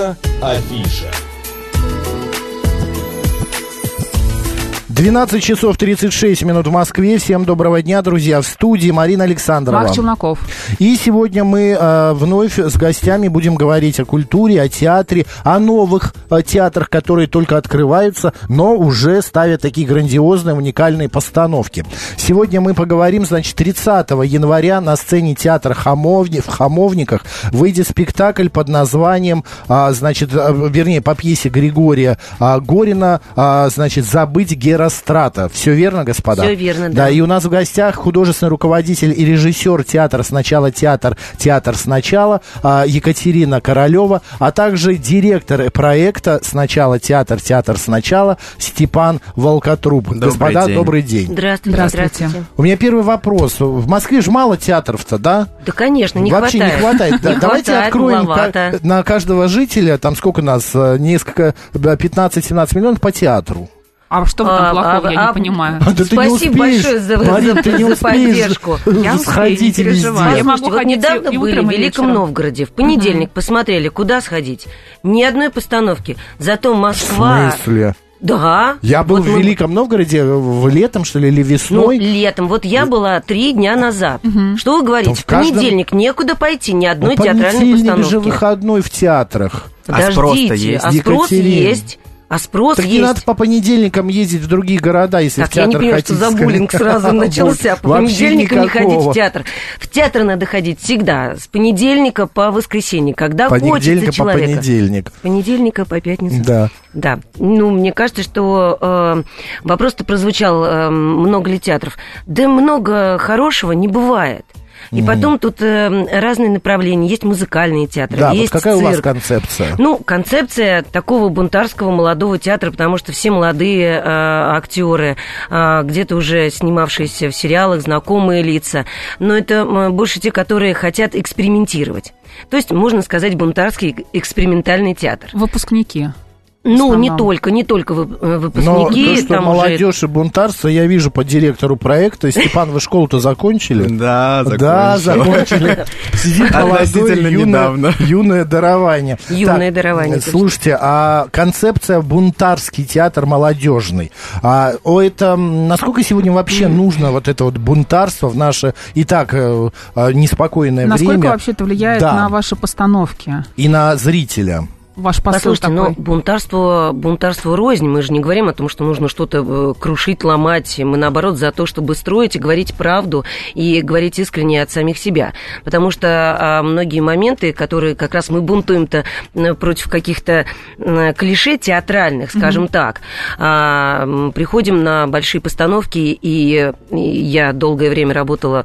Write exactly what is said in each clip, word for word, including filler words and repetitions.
Наша афиша. двенадцать часов тридцать шесть минут в Москве. Всем доброго дня, друзья. В студии Марина Александрова. Марк Челноков. И сегодня мы э, вновь с гостями будем говорить о культуре, о театре, о новых э, театрах, которые только открываются, но уже ставят такие грандиозные, уникальные постановки. Сегодня мы поговорим, значит, тридцатого января на сцене театра Хамовни, в Хамовниках выйдет спектакль под названием, э, значит, э, вернее, по пьесе Григория э, Горина, э, значит, «Забыть Герастрата». Все верно, господа? Все верно, да. Да, и у нас в гостях художественный руководитель и режиссер театра «Сначала театр», «Театр сначала» Екатерина Королева, а также директор проекта «Сначала театр, театр сначала» Степан Волкотруб. Добрый Господа, день. Добрый день. Здравствуйте. Здравствуйте. Здравствуйте. У меня первый вопрос. В Москве же мало театров-то, да? Да, конечно, не Вообще хватает. не хватает. Да, не давайте хватает, откроем маловато. на каждого жителя, там сколько нас, несколько, пятнадцать-семнадцать миллионов по театру. А что в этом А, плохого, а, я а, не понимаю. А, да Спасибо большое за, Марин, за, за поддержку. Я сходите успею, не переживай. Я могу вот ходить недавно и были утром, в и Великом вечером. Новгороде. В понедельник uh-huh. посмотрели, куда сходить. Ни одной постановки. Зато Москва... В смысле? Да. Я был вот в мы... Великом Новгороде в летом, что ли, или весной? Ну, летом. Вот я была три дня назад. Угу. Что вы говорите? В, в каждом... понедельник некуда пойти, ни одной ну, театральной постановки. Понедельник же выходной в театрах. Подождите, а спрос-то есть? А спрос есть. А спрос так есть. не надо по понедельникам ездить в другие города, если так, в театр хотите. Так, я не понимаю, что за буллинг сразу начался. По понедельникам не ходить в театр. В театр надо ходить всегда. С понедельника по воскресенье. Когда хочется человека. Понедельника по понедельник. С понедельника по пятницу. Да. Да. Ну, мне кажется, что э, вопрос-то прозвучал, э, много ли театров. Да много хорошего не бывает. И mm. потом тут э, разные направления. Есть музыкальные театры, да, есть вот какая цирк. У вас концепция? Ну, концепция такого бунтарского молодого театра, потому что все молодые э, актеры, э, где-то уже снимавшиеся в сериалах, знакомые лица. Но это э, больше те, которые хотят экспериментировать. То есть, можно сказать, бунтарский экспериментальный театр. Выпускники. Ну, не только, не только выпускники. Но то, что там молодежь уже... и бунтарство, я вижу по директору проекта. Степан, вы школу-то закончили? Да, закончили. Да, закончили. Сидит молодое, юное дарование. Юное дарование. Слушайте, а концепция бунтарский театр молодежный, а это насколько сегодня вообще нужно вот это вот бунтарство в наше и так неспокойное время? Насколько вообще это влияет на ваши постановки? И на зрителя? Ваш посыл Послушайте, такой. но бунтарство, бунтарство рознь. Мы же не говорим о том, что нужно что-то крушить, ломать. Мы, наоборот, за то, чтобы строить и говорить правду, и говорить искренне от самих себя. Потому что а, многие моменты, которые как раз мы бунтуем-то против каких-то а, клише театральных, скажем mm-hmm. так, а, приходим на большие постановки, и, и я долгое время работала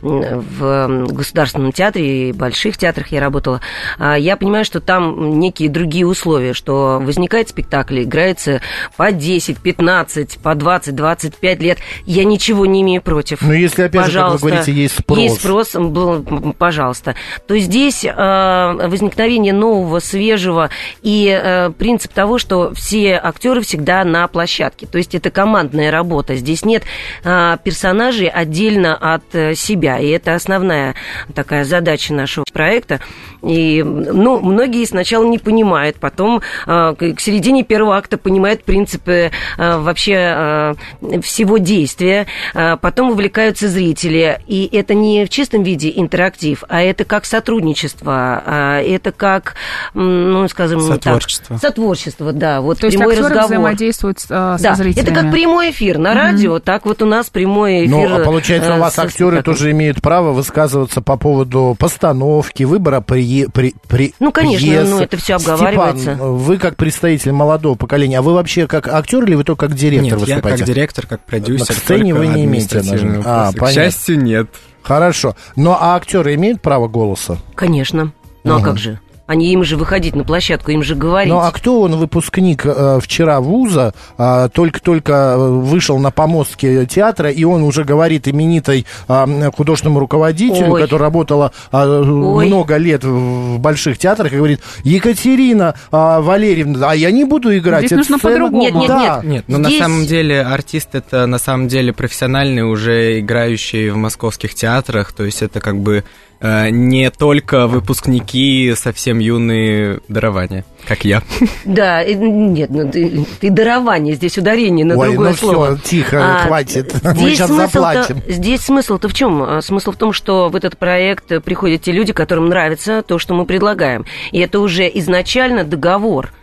в Государственном театре, и в больших театрах я работала. А, я понимаю, что там некие другие другие условия, что возникает спектакль, играется по десять, пятнадцать, по двадцать, двадцать пять лет. Я ничего не имею против. Но если, опять пожалуйста, же, как вы говорите, есть спрос. Есть спрос, пожалуйста. То здесь э, возникновение нового, свежего и э, принцип того, что все актеры всегда на площадке. То есть это командная работа. Здесь нет э, персонажей отдельно от э, себя. И это основная такая задача нашего проекта. И, ну, многие сначала не понимают, потом э, к середине первого акта понимают принципы э, вообще э, всего действия, э, потом вовлекаются зрители. И это не в чистом виде интерактив, а это как сотрудничество, э, это как, ну, скажем, сотворчество. Так, сотворчество, да. Вот то есть прямой актеры разговор. взаимодействуют э, со да, зрителями. Это как прямой эфир на радио, mm-hmm. так вот у нас прямой эфир. Ну, а получается, у вас э, актеры такой. тоже имеют право высказываться по поводу постановки, выбора при, при, при Ну, конечно, пьесы. ну, это все обговаривается. Степан, вы как представитель молодого поколения, а вы вообще как актер или вы только как директор нет, выступаете? Я как директор, как продюсер. На сцене вы не имеете даже. А, к счастью, нет. Хорошо. Ну, а актеры имеют право голоса? Конечно. Ну, угу. а как же? Они, им же выходить на площадку, им же говорить. Ну, а кто он, выпускник э, вчера вуза, э, только-только вышел на помостки театра, и он уже говорит именитой э, художественному руководителю, Ой. которая работала э, много лет в, в больших театрах, и говорит: Екатерина э, Валерьевна, а я не буду играть. Здесь нужно сцена... по-другому. Нет, нет, да. нет. Нет, но Здесь... на самом деле артист это на самом деле профессиональный, уже играющий в московских театрах, то есть это как бы не только выпускники совсем юные дарования, как я. Да, нет, ну ты, ты дарование, здесь ударение на Ой, другое ну слово. Все, тихо, а, хватит, мы сейчас заплачем. Здесь смысл-то в чем? Смысл в том, что в этот проект приходят те люди, которым нравится то, что мы предлагаем. И это уже изначально договор,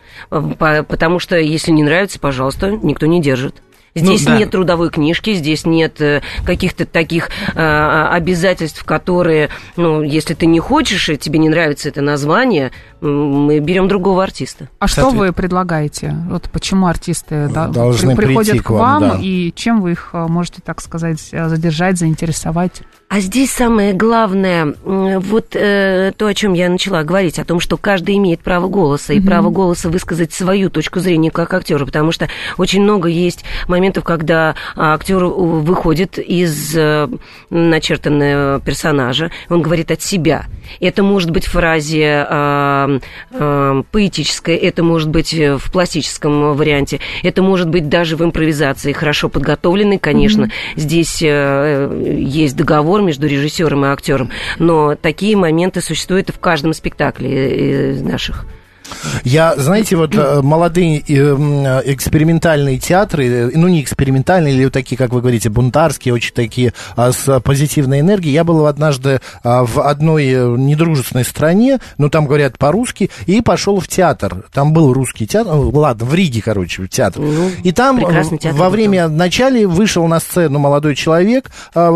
потому что если не нравится, пожалуйста, никто не держит. Здесь ну, да. нет трудовой книжки, здесь нет каких-то таких э, обязательств, которые, ну, если ты не хочешь, и тебе не нравится это название, мы берем другого артиста. А что вы предлагаете? Вот почему артисты да, должны при, приходят к вам, да. и чем вы их можете, так сказать, задержать, заинтересовать? А здесь самое главное, вот э, то, о чем я начала говорить, о том, что каждый имеет право голоса, и mm-hmm. право голоса высказать свою точку зрения как актера, потому что очень много есть моментов, когда актер выходит из э, начертанного персонажа, он говорит от себя. Это может быть в фразе э, э, поэтической, это может быть в пластическом варианте, это может быть даже в импровизации, хорошо подготовленной, конечно. Mm-hmm. Здесь э, есть договор между режиссером и актером, но такие моменты существуют и в каждом спектакле из наших. Я, знаете, вот молодые экспериментальные театры, ну, не экспериментальные, или такие, как вы говорите, бунтарские, очень такие, с позитивной энергией. Я был однажды в одной недружественной стране, ну, там говорят по-русски, и пошел в театр. Там был русский театр, ладно, в Риге, короче, театр. Ну, и там во время, в начале вышел на сцену молодой человек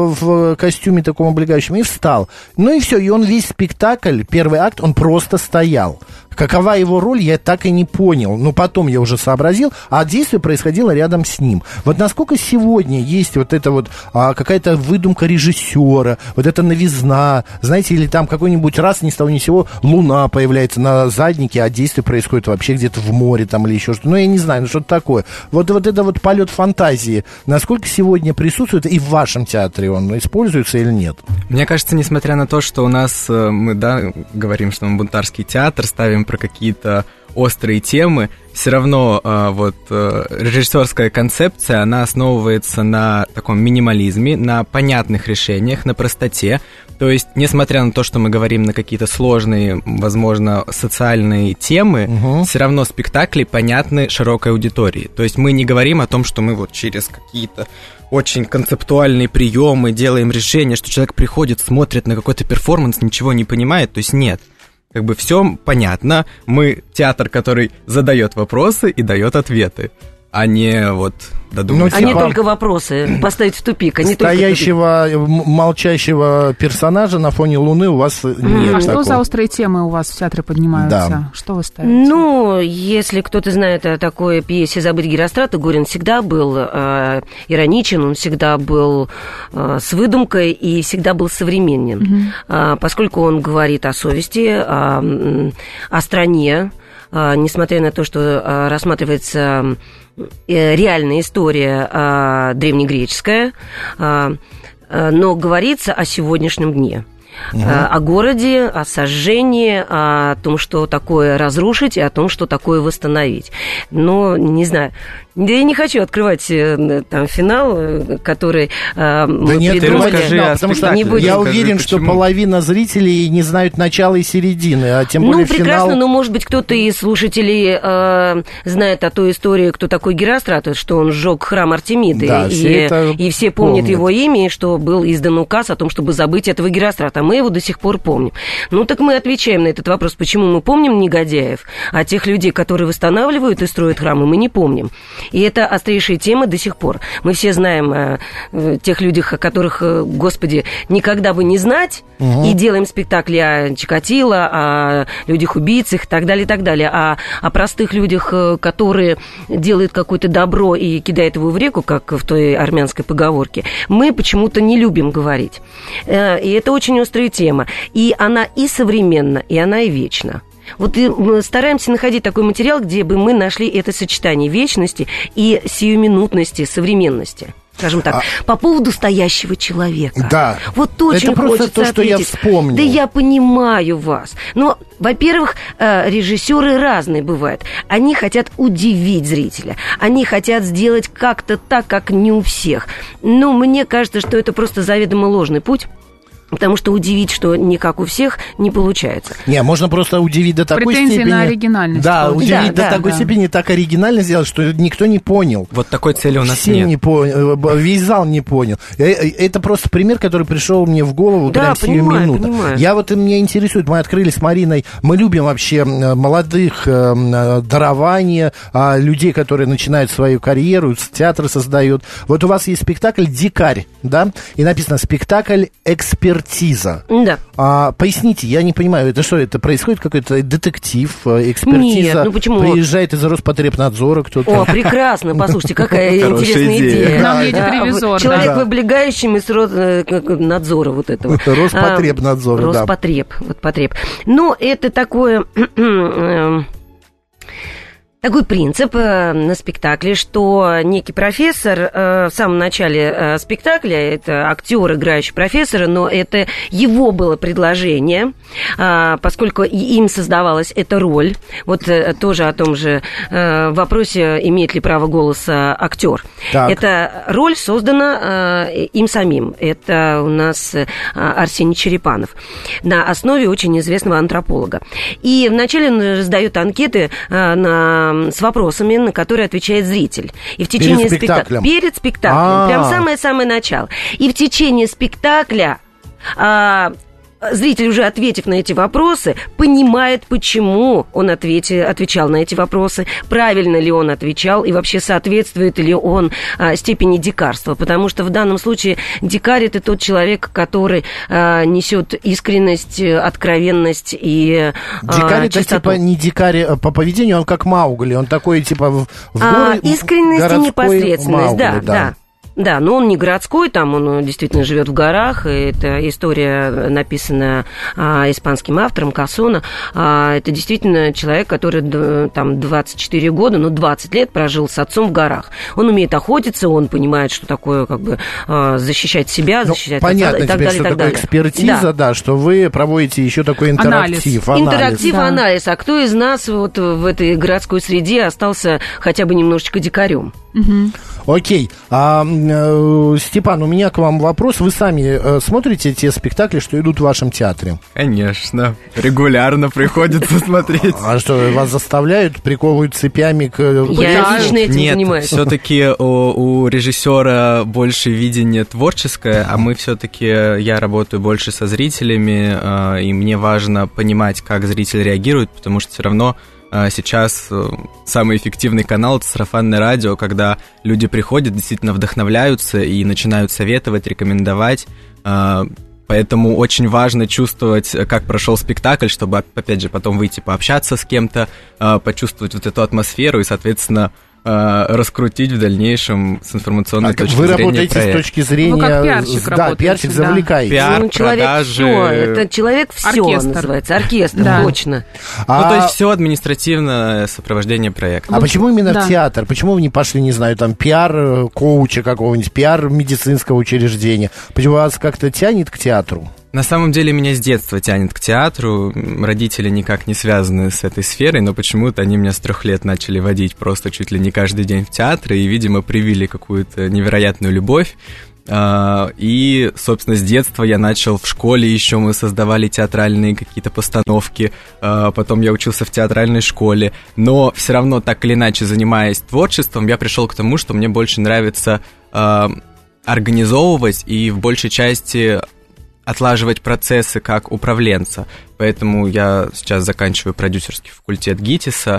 в костюме таком облегающем и встал. Ну, и все, и он весь спектакль, первый акт, он просто стоял. Какова его роль, я так и не понял. Но потом я уже сообразил, а действие происходило рядом с ним. Вот насколько сегодня есть вот эта вот а, какая-то выдумка режиссера, вот эта новизна, знаете, или там какой-нибудь раз ни с того ни с сего луна появляется на заднике, а действие происходит вообще где-то в море там или еще что-то. Ну, я не знаю, ну что-то такое. Вот, вот это вот полет фантазии, насколько сегодня присутствует и в вашем театре он используется или нет? Мне кажется, несмотря на то, что у нас, мы, да, говорим, что мы бунтарский театр, ставим про какие-то острые темы, все равно э, вот э, режиссерская концепция, она основывается на таком минимализме, на понятных решениях, на простоте. То есть, несмотря на то, что мы говорим на какие-то сложные, возможно, социальные темы, угу. все равно спектакли понятны широкой аудитории. То есть мы не говорим о том, что мы вот через какие-то очень концептуальные приемы делаем решение, что человек приходит, смотрит на какой-то перформанс, ничего не понимает. То есть нет. Как бы все понятно, мы театр, который задает вопросы и дает ответы, а не вот додумать. Ну, типа, а не только вопросы поставить в тупик, а не стоящего, только тупик. Молчащего персонажа на фоне Луны у вас нет. А такого. Что за острые темы у вас в театре поднимаются? Да. Что вы ставите? Ну, если кто-то знает о такой пьесе «Забыть Герострата», Горин всегда был э, ироничен, он всегда был э, с выдумкой и всегда был современен. Угу. Э, поскольку он говорит о совести, э, о стране, э, несмотря на то, что э, рассматривается реальная история а, древнегреческая, а, а, но говорится о сегодняшнем дне. Угу. А, о городе, о сожжении, о том, что такое разрушить, и о том, что такое восстановить. Но, не знаю, я не хочу открывать там финал, который да мы нет, придумали. Ты финал, потому что не будем... я уверен, скажи, что половина зрителей не знают начала и середины, а тем более ну, прекрасно, финал... но, может быть, кто-то из слушателей э, знает о той истории, кто такой Герострат, что он сжег храм Артемиды, да, и, все и все помнят, помнят его имя, и что был издан указ о том, чтобы забыть этого Герострата. Мы его до сих пор помним. Ну, так мы отвечаем на этот вопрос, почему мы помним негодяев, а тех людей, которые восстанавливают и строят храмы, мы не помним. И это острейшая тема до сих пор. Мы все знаем о, о тех людях, о которых, Господи, никогда бы не знать, угу. и делаем спектакли о Чикатило, о людях-убийцах и так далее, и так далее. А о простых людях, которые делают какое-то добро и кидают его в реку, как в той армянской поговорке, мы почему-то не любим говорить. И это очень острая тема. И она и современна, и она и вечна. Вот мы стараемся находить такой материал, где бы мы нашли это сочетание вечности и сиюминутности, современности. Скажем так, а... по поводу стоящего человека. Да. Вот очень это просто хочется то, что ответить. Я вспомнил. Да я понимаю вас. Но, во-первых, режиссеры разные бывают. Они хотят удивить зрителя. Они хотят сделать как-то так, как не у всех. Но мне кажется, что это просто заведомо ложный путь. Потому что удивить, что не как у всех, не получается. Не, можно просто удивить до такой Претензии степени. на оригинальность. Да, удивить Да, до да, такой да. степени, так оригинально сделать, что никто не понял. Вот такой цели у нас Все нет. не понял, весь зал не понял. Э, э, Это просто пример, который пришел мне в голову Да, прям сию понимаю, минуту. понимаю. Я вот, и меня интересует, мы открыли с Мариной, мы любим вообще м, молодых э, м, дарования, а, людей, которые начинают свою карьеру, театры создают. Вот у вас есть спектакль «Дикарь», да? И написано «Спектакль экспертиза». Да. А, поясните, я не понимаю, это что, это происходит какой-то детектив, э, экспертиза? Нет, ну почему? Приезжает из Роспотребнадзора кто-то? О, прекрасно, послушайте, какая Хорошая интересная идея. идея. Нам едет Да, ревизор, Человек да. в облегающем из Ро- э, как, надзора вот этого. Роспотребнадзора, А, да. Роспотреб, вот потреб. Но это такое... эм, Такой принцип э, на спектакле, что некий профессор э, в самом начале э, спектакля, это актер, играющий профессора, но это его было предложение, э, поскольку и им создавалась эта роль. Вот э, тоже о том же э, вопросе, имеет ли право голоса актер. Так. Эта роль создана э, им самим. Это у нас э, Арсений Черепанов на основе очень известного антрополога. И вначале он раздает анкеты э, на с вопросами, на которые отвечает зритель. И в течение Перед спектаклем? спектакля... Перед спектаклем. А-а-а. Прям самое-самое начало. И в течение спектакля... А, зритель, уже ответив на эти вопросы, понимает, почему он ответи, отвечал на эти вопросы, правильно ли он отвечал и вообще соответствует ли он а, степени дикарства. Потому что в данном случае дикарь – это тот человек, который а, несет искренность, откровенность и а, Дикарь это чистоту. типа не дикарь по поведению, он как Маугли, он такой типа в, в А, горы, искренность и городской непосредственность, Маугли, да, да. Да, но он не городской, там он действительно живет в горах. И это история, написанная а, испанским автором Касона. А, это действительно человек, который д- там двадцать четыре года, ну, двадцать лет прожил с отцом в горах. Он умеет охотиться, он понимает, что такое как бы а, защищать себя, Ну, защищать понятно отца, и так теперь, далее, что и так такое далее. экспертиза, да. Да. что вы проводите еще такой интерактив, анализ. Интерактив, Да. анализ. А кто из нас вот в этой городской среде остался хотя бы немножечко дикарем? Мгм. Окей. А, э, Степан, у меня к вам вопрос. Вы сами э, смотрите те спектакли, что идут в вашем театре? Конечно, регулярно приходится смотреть. А что, вас заставляют, приковывают цепями к... Я лично этим Нет, занимаюсь. все-таки у, у режиссера больше видение творческое, а мы все-таки, я работаю больше со зрителями, э, и мне важно понимать, как зритель реагирует, потому что все равно э, сейчас э, самый эффективный канал — это сарафанное радио, когда люди приходят, действительно вдохновляются и начинают советовать, рекомендовать. э, Поэтому очень важно чувствовать, как прошел спектакль, чтобы, опять же, потом выйти пообщаться с кем-то, э, почувствовать вот эту атмосферу и, соответственно, э, раскрутить в дальнейшем с информационной А, точки вы зрения работаете проект. с точки зрения... Вы как пиарщик да, работаете, пиарщик да. завлекаете. Пиар, Ну, человек продажи. все, это человек все Оркестр. называется, оркестр, Да. точно. А, Ну, то есть все административное сопровождение проекта. а почему именно Да. в театр? Почему вы не пошли, не знаю, там, пиар-коуча какого-нибудь, пиар медицинского учреждения? Почему вас как-то тянет к театру? На самом деле меня с детства тянет к театру. М, Родители никак не связаны с этой сферой, но почему-то они меня с трех лет начали водить просто чуть ли не каждый день в театр, и, видимо, привили какую-то невероятную любовь. А, И, собственно, с детства я начал в школе еще, мы создавали театральные какие-то постановки, а, потом я учился в театральной школе, но все равно, так или иначе, занимаясь творчеством, я пришел к тому, что мне больше нравится а, организовывать и в большей части отлаживать процессы как управленца. Поэтому я сейчас заканчиваю продюсерский факультет ГИТИСа.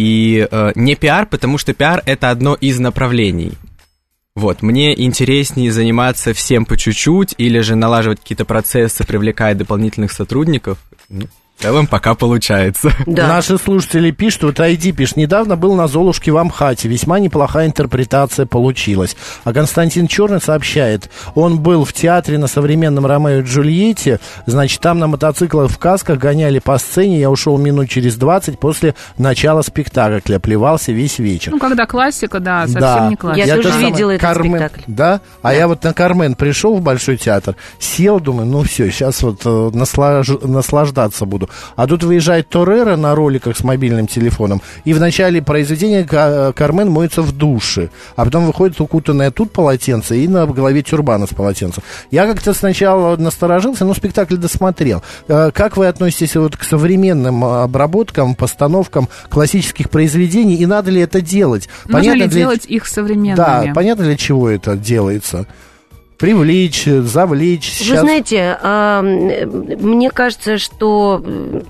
И э, не пиар, потому что пиар — это одно из направлений. Вот, мне интереснее заниматься всем по чуть-чуть или же налаживать какие-то процессы, привлекая дополнительных сотрудников. Ну, в целом пока получается. Да. Наши слушатели пишут, вот Айди пишет, недавно был на Золушке в Амхате, весьма неплохая интерпретация получилась. А Константин Черный сообщает, он был в театре на современном Ромео и Джульетте, значит, там на мотоциклах в касках гоняли по сцене, я ушел минут через двадцать после начала спектакля, плевался весь вечер. Ну, когда классика, да, совсем Да. не классика. Я тоже то же видела этот Кармен, спектакль. Да? А я вот на Кармен пришел в Большой театр, сел, думаю, ну все, сейчас вот э, наслаж- наслаждаться буду. воду. А тут выезжает Торрера на роликах с мобильным телефоном, и в начале произведения Кармен моется в душе, а потом выходит укутанное тут полотенце и на голове тюрбана с полотенцем. Я как-то сначала насторожился, но спектакль досмотрел. Как вы относитесь вот к современным обработкам, постановкам классических произведений, и надо ли это делать? Нужно Понятно, ли для... делать их современными? Да, понятно, для чего это делается? Привлечь, завлечь. Вы Сейчас... знаете, мне кажется, что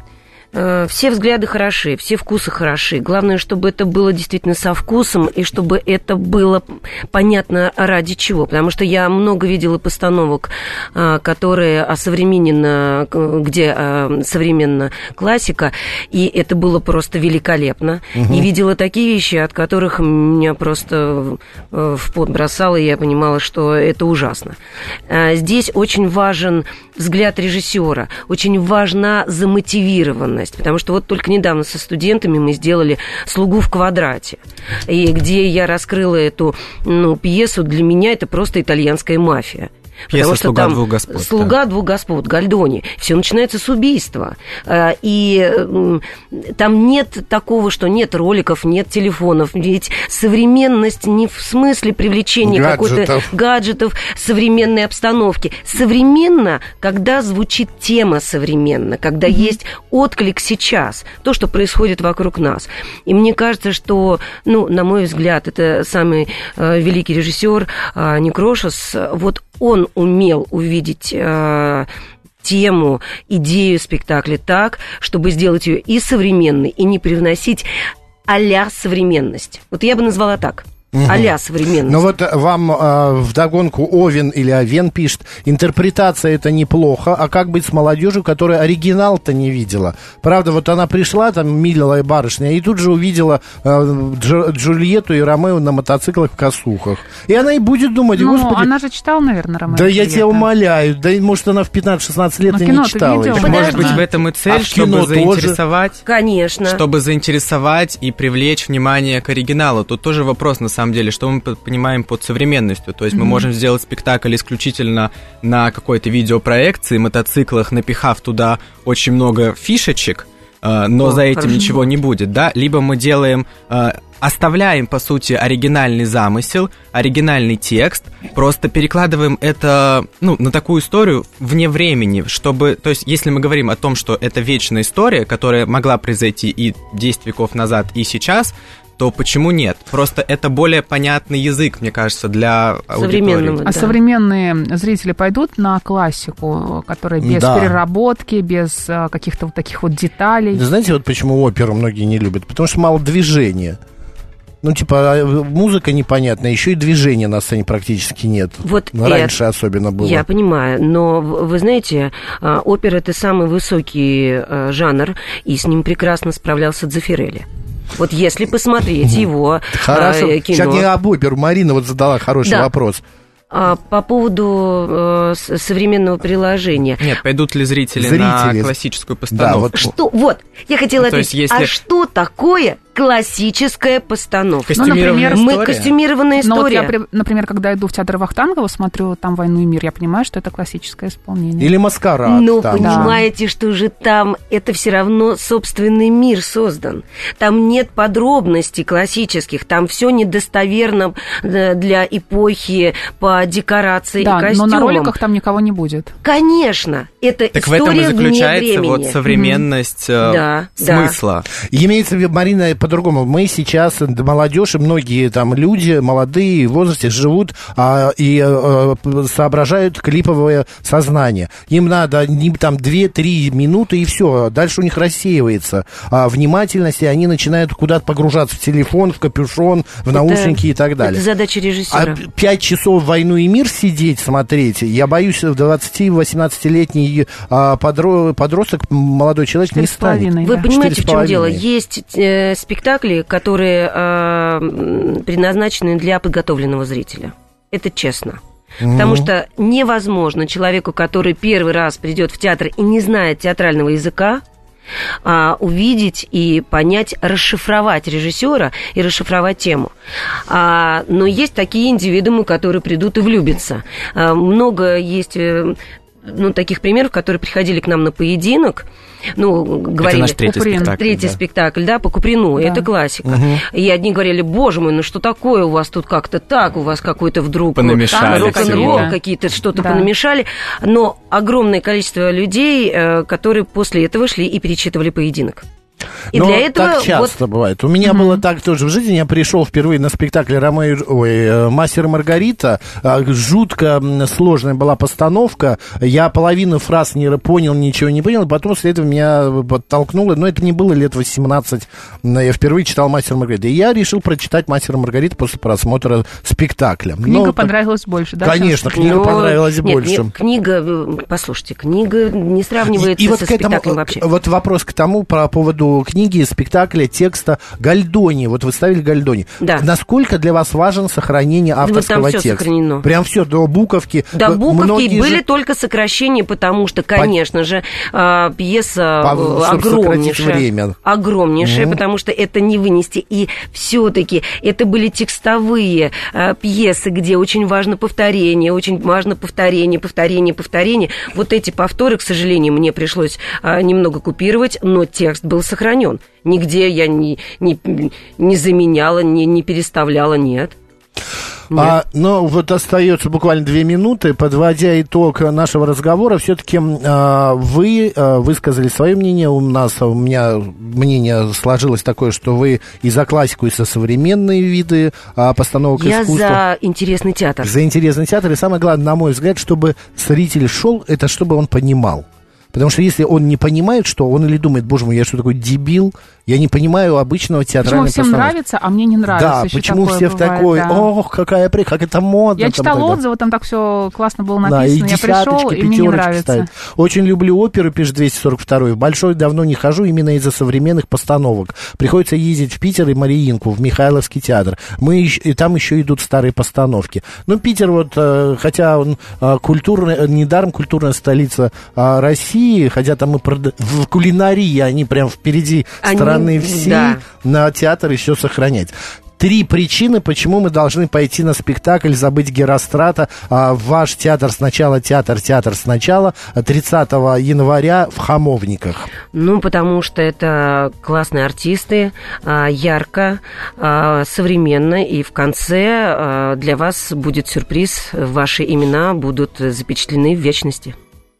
все взгляды хороши, все вкусы хороши. Главное, чтобы это было действительно со вкусом, и чтобы это было понятно ради чего. Потому что я много видела постановок, которые осовремененно, где современна классика, и это было просто великолепно. Угу. И видела такие вещи, от которых меня просто в пот бросало, и я понимала, что это ужасно. Здесь очень важен взгляд режиссера, очень важна замотивированность. Потому что вот только недавно со студентами мы сделали «Слугу в квадрате», и где я раскрыла эту ну, пьесу, для меня это просто итальянская мафия. Пьеса Потому что «Слуга там двух господ». «Слуга да. двух господ», Гальдони. Все начинается с убийства. И там нет такого, что нет роликов, нет телефонов. Ведь современность не в смысле привлечения какой-то гаджетов, современной обстановки. Современно, когда звучит тема современно, когда mm-hmm. есть отклик сейчас, то, что происходит вокруг нас. И мне кажется, что, ну, на мой взгляд, это самый э, великий режиссер э, Некрошес. Вот он умел увидеть э, тему, идею спектакля так, чтобы сделать ее и современной, и не привносить а-ля современность. Вот я бы назвала так. Угу. А-ля современность. Но вот вам э, вдогонку Овен или Овен пишет, интерпретация это неплохо, а как быть с молодежью, которая оригинал-то не видела? Правда, вот она пришла, там, милая барышня, и тут же увидела э, Дж- Джульетту и Ромео на мотоциклах в косухах. И она и будет думать, ну, господи... она же читала, наверное, Ромео. Да я тебя умоляю, да может она в пятнадцать-шестнадцать лет но и не читала. Видела, может быть, в этом и цель, а чтобы заинтересовать. Тоже. Конечно. Чтобы заинтересовать и привлечь внимание к оригиналу. Тут тоже вопрос, на самом деле, что мы понимаем под современностью. То есть mm-hmm. мы можем сделать спектакль исключительно на какой-то видеопроекции, мотоциклах, напихав туда очень много фишечек, э, но О, за этим хорошо. Ничего не будет, да? Либо мы делаем... Э, оставляем, по сути, оригинальный замысел, оригинальный текст, просто перекладываем это, ну, на такую историю вне времени, чтобы, то есть, если мы говорим о том, что это вечная история, которая могла произойти и десять веков назад, и сейчас, то почему нет? Просто это более понятный язык, мне кажется, для аудитории. А да. современные зрители пойдут на классику, которая без да. переработки, без а, каких-то вот таких вот деталей? Да, знаете, вот почему оперу многие не любят? Потому что мало движения. Ну, типа, музыка непонятная, еще и движения на сцене практически нет. Вот раньше это, особенно было. Я понимаю, но, вы знаете, опера – это самый высокий жанр, и с ним прекрасно справлялся Дзеффирелли. Вот если посмотреть его Хорошо. э, кино... Сейчас не об оперу. Марина вот задала хороший да. вопрос. А, по поводу э, современного приложения. Нет, пойдут ли зрители, зрители. на классическую постановку? Да, вот. Что? Вот, я хотела ну, ответить. Если... А что такое классическая постановка? Костюмированная ну, например, Мы костюмированная история. Ну, вот я, например, когда иду в театр Вахтангова, смотрю там «Войну и мир», я понимаю, что это классическое исполнение. Или «Маскарад». Ну, там понимаете, же. Что же там это все равно собственный мир создан. Там нет подробностей классических, там все недостоверно для эпохи по декорации да, и костюмам. Но на роликах там никого не будет. Конечно. Это так история в этом и заключается вне вот современность mm-hmm. да, смысла. Да. Имеется в виду, Марина, по-другому. Мы сейчас, молодежь и многие там люди, молодые, в возрасте, живут а, и а, соображают клиповое сознание. Им надо не, там две-три минуты, и все. Дальше у них рассеивается а, внимательность, и они начинают куда-то погружаться в телефон, в капюшон, в это, наушники и так далее. Это задача режиссера. А пять часов «Войну и мир» сидеть, смотреть, я боюсь, двадцати-восемнадцатилетний а, подро- подросток, молодой человек не станет. Вы да. понимаете, в чем дело? Есть э, спектакли, которые э, предназначены для подготовленного зрителя. Это честно. Mm-hmm. Потому что невозможно человеку, который первый раз придет в театр и не знает театрального языка, А, увидеть и понять, расшифровать режиссера и расшифровать тему. А, но есть такие индивидуумы, которые придут и влюбятся. А, много есть ну, таких примеров, которые приходили к нам на поединок, ну, говорили... Это наш третий Куприн. спектакль. Третий да. спектакль, да, по Куприну, Да. это классика. Угу. И одни говорили, боже мой, ну что такое у вас тут как-то так, у вас какой-то вдруг... Понамешали рок-н-ролл, всего. какие-то что-то Да. понамешали. Но огромное количество людей, э, которые после этого шли и перечитывали «Поединок». И Но для этого так часто вот... бывает. У меня mm-hmm. было так тоже в жизни. Я пришел впервые на спектакль Ромео, ой, «Мастер и Маргарита». Жутко сложная была постановка. Я половину фраз не понял, ничего не понял. Потом после этого меня подтолкнуло. Но это не было лет восемнадцать. Я впервые читал «Мастер и Маргарита». И я решил прочитать «Мастер и Маргарита» после просмотра спектакля. Книга Но, понравилась больше, да? Конечно, чем... книга Но... понравилась Нет, больше. Нет, книга, послушайте, книга не сравнивается И, и вот со к этому, спектаклем вообще. Вот вопрос к тому по поводу книги, спектакля, текста Гальдони. Вот вы ставили Гальдони. Да. Насколько для вас важно сохранение авторского вот там всё текста? сохранено. Прям все до буковки. До буковки Многие были же... только сокращения, потому что, конечно же, э, пьеса По- чтобы сократить огромнейшая. время. Огромнейшая, Мгм. потому что это не вынести. И все-таки это были текстовые э, пьесы, где очень важно повторение, очень важно повторение, повторение, повторение. Вот эти повторы, к сожалению, мне пришлось э, немного купировать, но текст был сохранен. Нигде я не, не, не заменяла, не, не переставляла, нет. А, но вот остается буквально две минуты. Подводя итог нашего разговора, все-таки а, вы а, высказали свое мнение. У нас, у меня мнение сложилось такое, что вы и за классику, и за современные виды а, постановок Я искусства. за интересный театр. За интересный театр. И самое главное, на мой взгляд, чтобы зритель шел, это чтобы он понимал. Потому что если он не понимает, что он или думает, боже мой, я что такой дебил, я не понимаю обычного театрального Почему всем нравится, а мне не нравится? Да, Еще почему такое все в бывает, такой, да. ох, какая при, как это модно. Я там, читала тогда. отзывы, там так все классно было Да, и написано. Я пришел, десяточки, и мне не пятерочки нравится. ставят. Очень люблю оперу, пишет двести сорок два. В Большой давно не хожу именно из-за современных постановок. Приходится ездить в Питер и Мариинку, в Михайловский театр. Мы, и там еще идут старые постановки. Ну, Питер вот, хотя он культурный, недаром культурная столица России, хотя там и прод... в кулинарии они прям впереди Они, страны всей, да. на театр еще сохранять. Три причины, почему мы должны пойти на спектакль «Забыть Герострата». А, ваш театр сначала, театр, театр сначала, тридцатого января в Хамовниках. Ну, потому что это классные артисты, ярко, современно, и в конце для вас будет сюрприз, ваши имена будут запечатлены в вечности.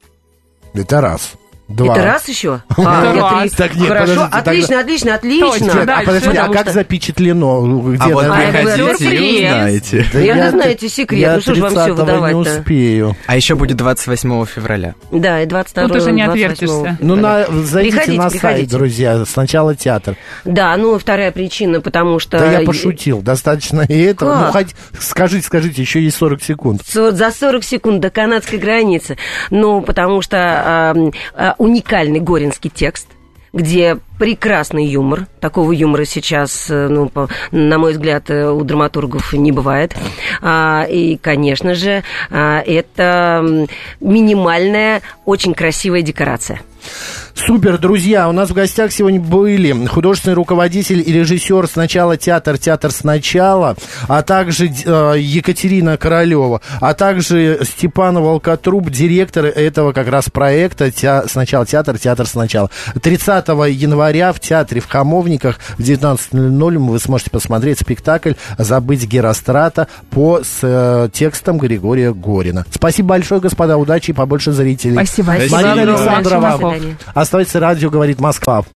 Это раз. Два. Это раз еще? Это нет, раз. три. Так, нет, Хорошо, подождите, отлично, тогда- отлично, отлично. Точно, А, дальше. подождите, а Потому как что- запечатлено? Где А вот на- А, это приходите и сюрприз. узнаете. Да Я я не знаю, т- эти секреты, я ну что ж вам все тридцатого не выдавать-то? успею. А еще будет двадцать восьмого февраля. Да, и двадцать второго, Ну, ты же не двадцать отвертишься. восьмого. Ну, на, зайдите Приходите, на сайт, приходите. друзья. Сначала театр. Да, ну, вторая причина, потому что... Да я пошутил. Достаточно и этого. Как? Ну, хоть, скажите, скажите, еще есть сорок секунд. Со- За сорок секунд до канадской границы. Ну, потому что э, э, уникальный горинский текст, где прекрасный юмор. Такого юмора сейчас, э, ну, по, на мой взгляд, э, у драматургов не бывает. А, и, конечно же, а, это м, минимальная, очень красивая декорация. Супер, друзья, у нас в гостях сегодня были художественный руководитель и режиссер «Сначала театр, театр сначала», а также э, Екатерина Королева, а также Степан Волкотруб, директор этого как раз проекта те, «Сначала театр, театр сначала». тридцатого января в театре в Хамовниках в девятнадцать ноль ноль вы сможете посмотреть спектакль «Забыть Герострата» по с, э, текстам Григория Горина. Спасибо большое, господа, удачи и побольше зрителей. Спасибо. Спасибо Марина огромное. Александрова. До свидания. Оставайтесь, радио говорит Москва.